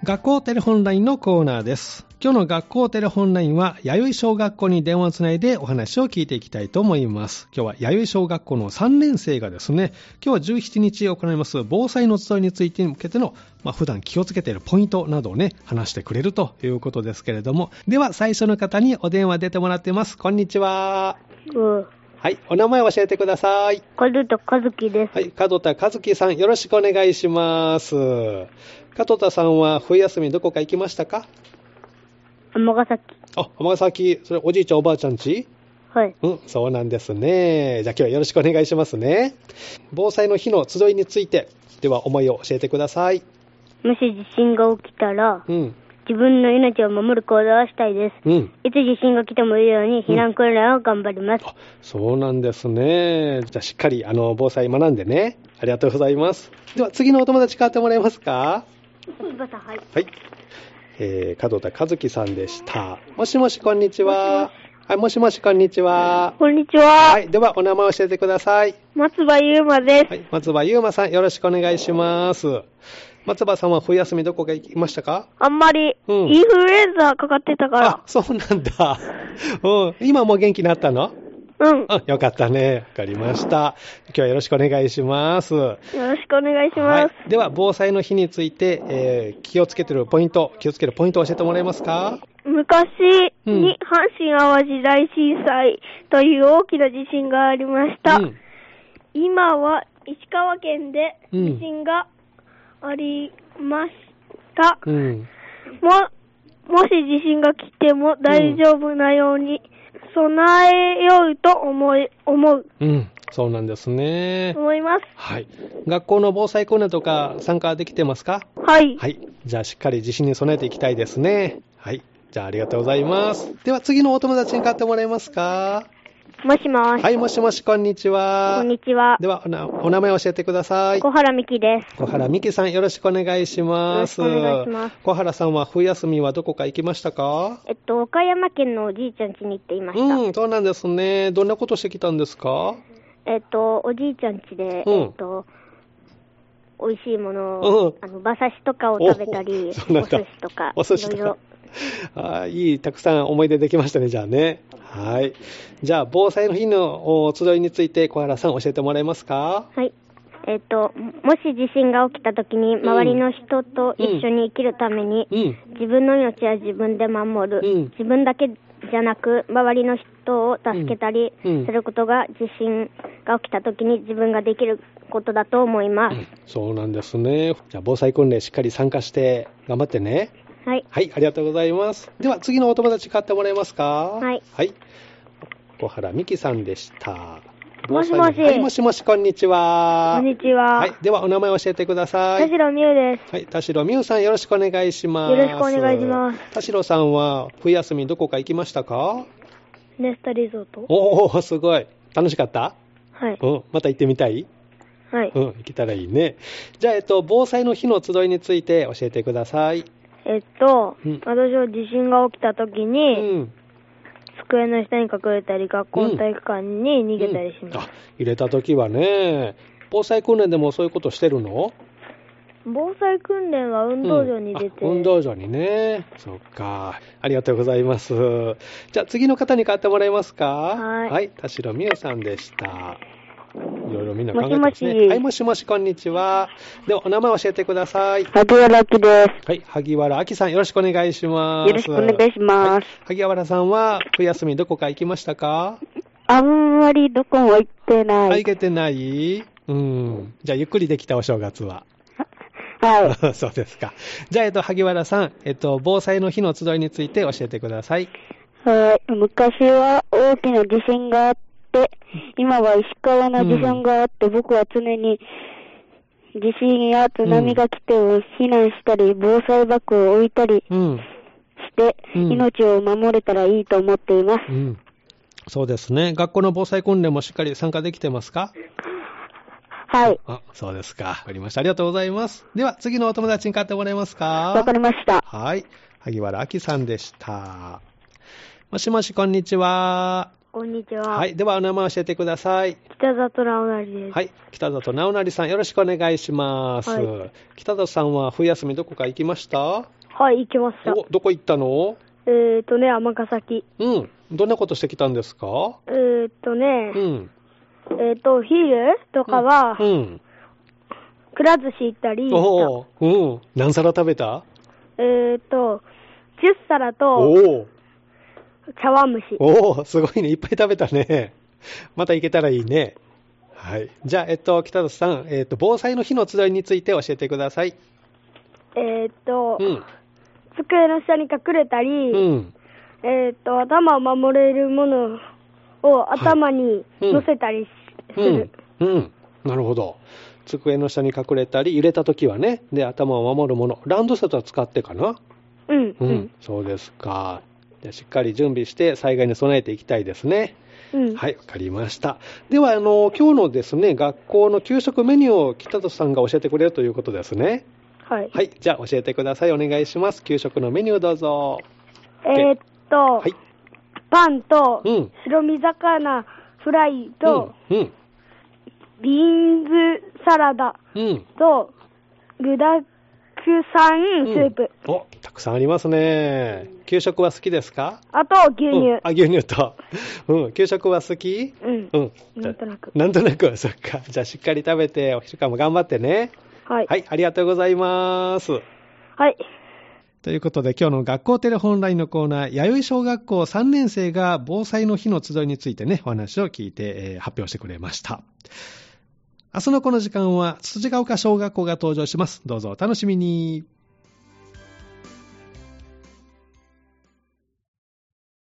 学校テレホンラインのコーナーです。今日の学校テレホンラインは弥生小学校に電話をつないでお話を聞いていきたいと思います。今日は弥生小学校の3年生がですね、今日は17日行います防災の集いについてに向けての、普段気をつけているポイントなどをね、話してくれるということですけれども、では最初の方にお電話出てもらってます。こんにちは。はい、お名前を教えてください。 門田和樹です。 はい、門田和樹さん、よろしくお願いします。門田さんは冬休みどこか行きましたか？ 尼崎。 尼崎、それおじいちゃんおばあちゃん家？ はい。 そうなんですね。じゃあ今日はよろしくお願いしますね。防災の日の集いについて、では思いを教えてください。 もし地震が起きたら、自分の命を守る行動をしたいです。いつ地震が来てもいいように避難訓練を頑張ります。 そうなんですね。じゃあしっかり防災学んでね。ありがとうございます。では次のお友達変わってもらえますか？ はい。 はい。門田和樹さんでした。もしもしこんにちは。はい、もしもしこんにちは。 こんにちは。 はい、ではお名前を教えてください。 松葉優馬です。 はい、松葉優馬さん、よろしくお願いします。松葉さんは冬休みどこか行きましたか？ あんまり、インフルエンザかかってたから。 そうなんだ。今もう元気になったの？よかったね。わかりました。今日はよろしくお願いします。よろしくお願いします。 では、防災の日について、気をつけるポイントを教えてもらえますか？ 昔に阪神淡路大震災という大きな地震がありました。今は石川県で地震がありました。もし地震が来ても大丈夫なように備えようと思う。 そうなんですね。 思います。 はい。学校の防災訓練とか参加できてますか？ はい。 はい。じゃあしっかり地震に備えていきたいですね。はい。じゃあありがとうございます。では次のお友達に代わってもらえますか？ もしもし。 はい、もしもし、こんにちは。 こんにちは。 ではお名前を教えてください。 小原美希です。 小原美希さん、よろしくお願いします。 よろしくお願いします。 小原さんは冬休みはどこか行きましたか？ 岡山県のおじいちゃん家に行っていました。 そうなんですね。どんなことしてきたんですか？ おじいちゃん家で、美味しいものを、馬刺しとかを食べたり、お寿司とか、 お寿司とか。たくさん思い出できましたね、じゃあね。はい。じゃあ、防災の日の集いについて、小原さん教えてもらえますか？ はい。もし地震が起きたときに、周りの人と一緒に生きるために、自分の命は自分で守る。自分だけじゃなく、周りの人を助けたりすることが、地震が起きたときに自分ができることだと思います。 そうなんですね。じゃあ、防災訓練しっかり参加して頑張ってね。 はい。 はい、ありがとうございます。では、次のお友達買ってもらえますか？ はい。 はい。小原美希さんでした。 もしもし。 はい、もしもし、こんにちは。 こんにちは。 はい。では、お名前を教えてください。 田代美優です。 はい。田代美優さん、よろしくお願いします。 よろしくお願いします。 田代さんは、冬休みどこか行きましたか？ ネスタリゾート。 すごい。楽しかった？ はい。 また行ってみたい？ はい。 行けたらいいね。じゃあ、防災の日の集いについて教えてください。 私は地震が起きたときに、机の下に隠れたり、学校の体育館に逃げたりします。 入れたときはね、防災訓練でもそういうことしてるの？ 防災訓練は運動場に出て、 運動場にね。そっか。ありがとうございます。じゃあ次の方に代わってもらえますか？はい。田代美優さんでした。いろいろみんな考えてますね。はい、もしもし、こんにちは。では、お名前を教えてください。 萩原明です。 はい、萩原明さん、よろしくお願いします。 よろしくお願いします。 萩原さんは、冬休みどこか行きましたか？ あんまりどこも行ってない。 行けてない？じゃあ、ゆっくりできたお正月は？ はい。 そうですか。じゃあ、萩原さん、防災の日の集いについて教えてください。 はい。昔は大きな地震があって、今は石川の地震があって、僕は常に地震や津波が来てを避難したり、防災バッグを置いたりして、命を守れたらいいと思っています。 そうですね。学校の防災訓練もしっかり参加できてますか？ はい。 そうですか。わかりました。ありがとうございます。では、次のお友達に代わってもらえますか？ わかりました。 はい。萩原明さんでした。もしもし、こんにちは。 こんにちは。 はい。では、お名前教えてください。 北里直成です。 はい。北里直成さん、よろしくお願いします。はい、北里さんは冬休みどこか行きました？ はい、行きました。 どこ行ったの？ 尼崎。 うん。どんなことしてきたんですか？ うん。昼とかは、くら寿司行ったりした。 何皿食べた ？10皿と、茶碗蒸し。 すごいね。いっぱい食べたね。また行けたらいいね。はい。じゃあ、北里さん、防災の日の集いについて教えてください。 机の下に隠れたり、頭を守れるものを頭に乗せたりする。 なるほど。机の下に隠れたり、揺れたときはね、で、頭を守るもの。ランドセルは使ってかな？そうですか。じゃあしっかり準備して災害に備えていきたいですね。はい、わかりました。では、今日のですね、学校の給食メニューを北里さんが教えてくれるということですね。 はい。 はい、じゃあ教えてください。お願いします。給食のメニューどうぞ。 はい、パンと、白身魚フライと、ビーンズサラダと、具だくさんスープ。 たくさんありますね。給食は好きですか？ あと、牛乳。 牛乳と。給食は好き？ なんとなく。 なんとなく、そっか。じゃあしっかり食べて、お昼間も頑張ってね。 はい。 はい、ありがとうございます。 はい。 ということで、今日の学校テレホンラインのコーナー、弥生小学校3年生が防災の日の集いについてね、お話を聞いて、発表してくれました。明日のこの時間は、辻ヶ丘小学校が登場します。どうぞお楽しみに。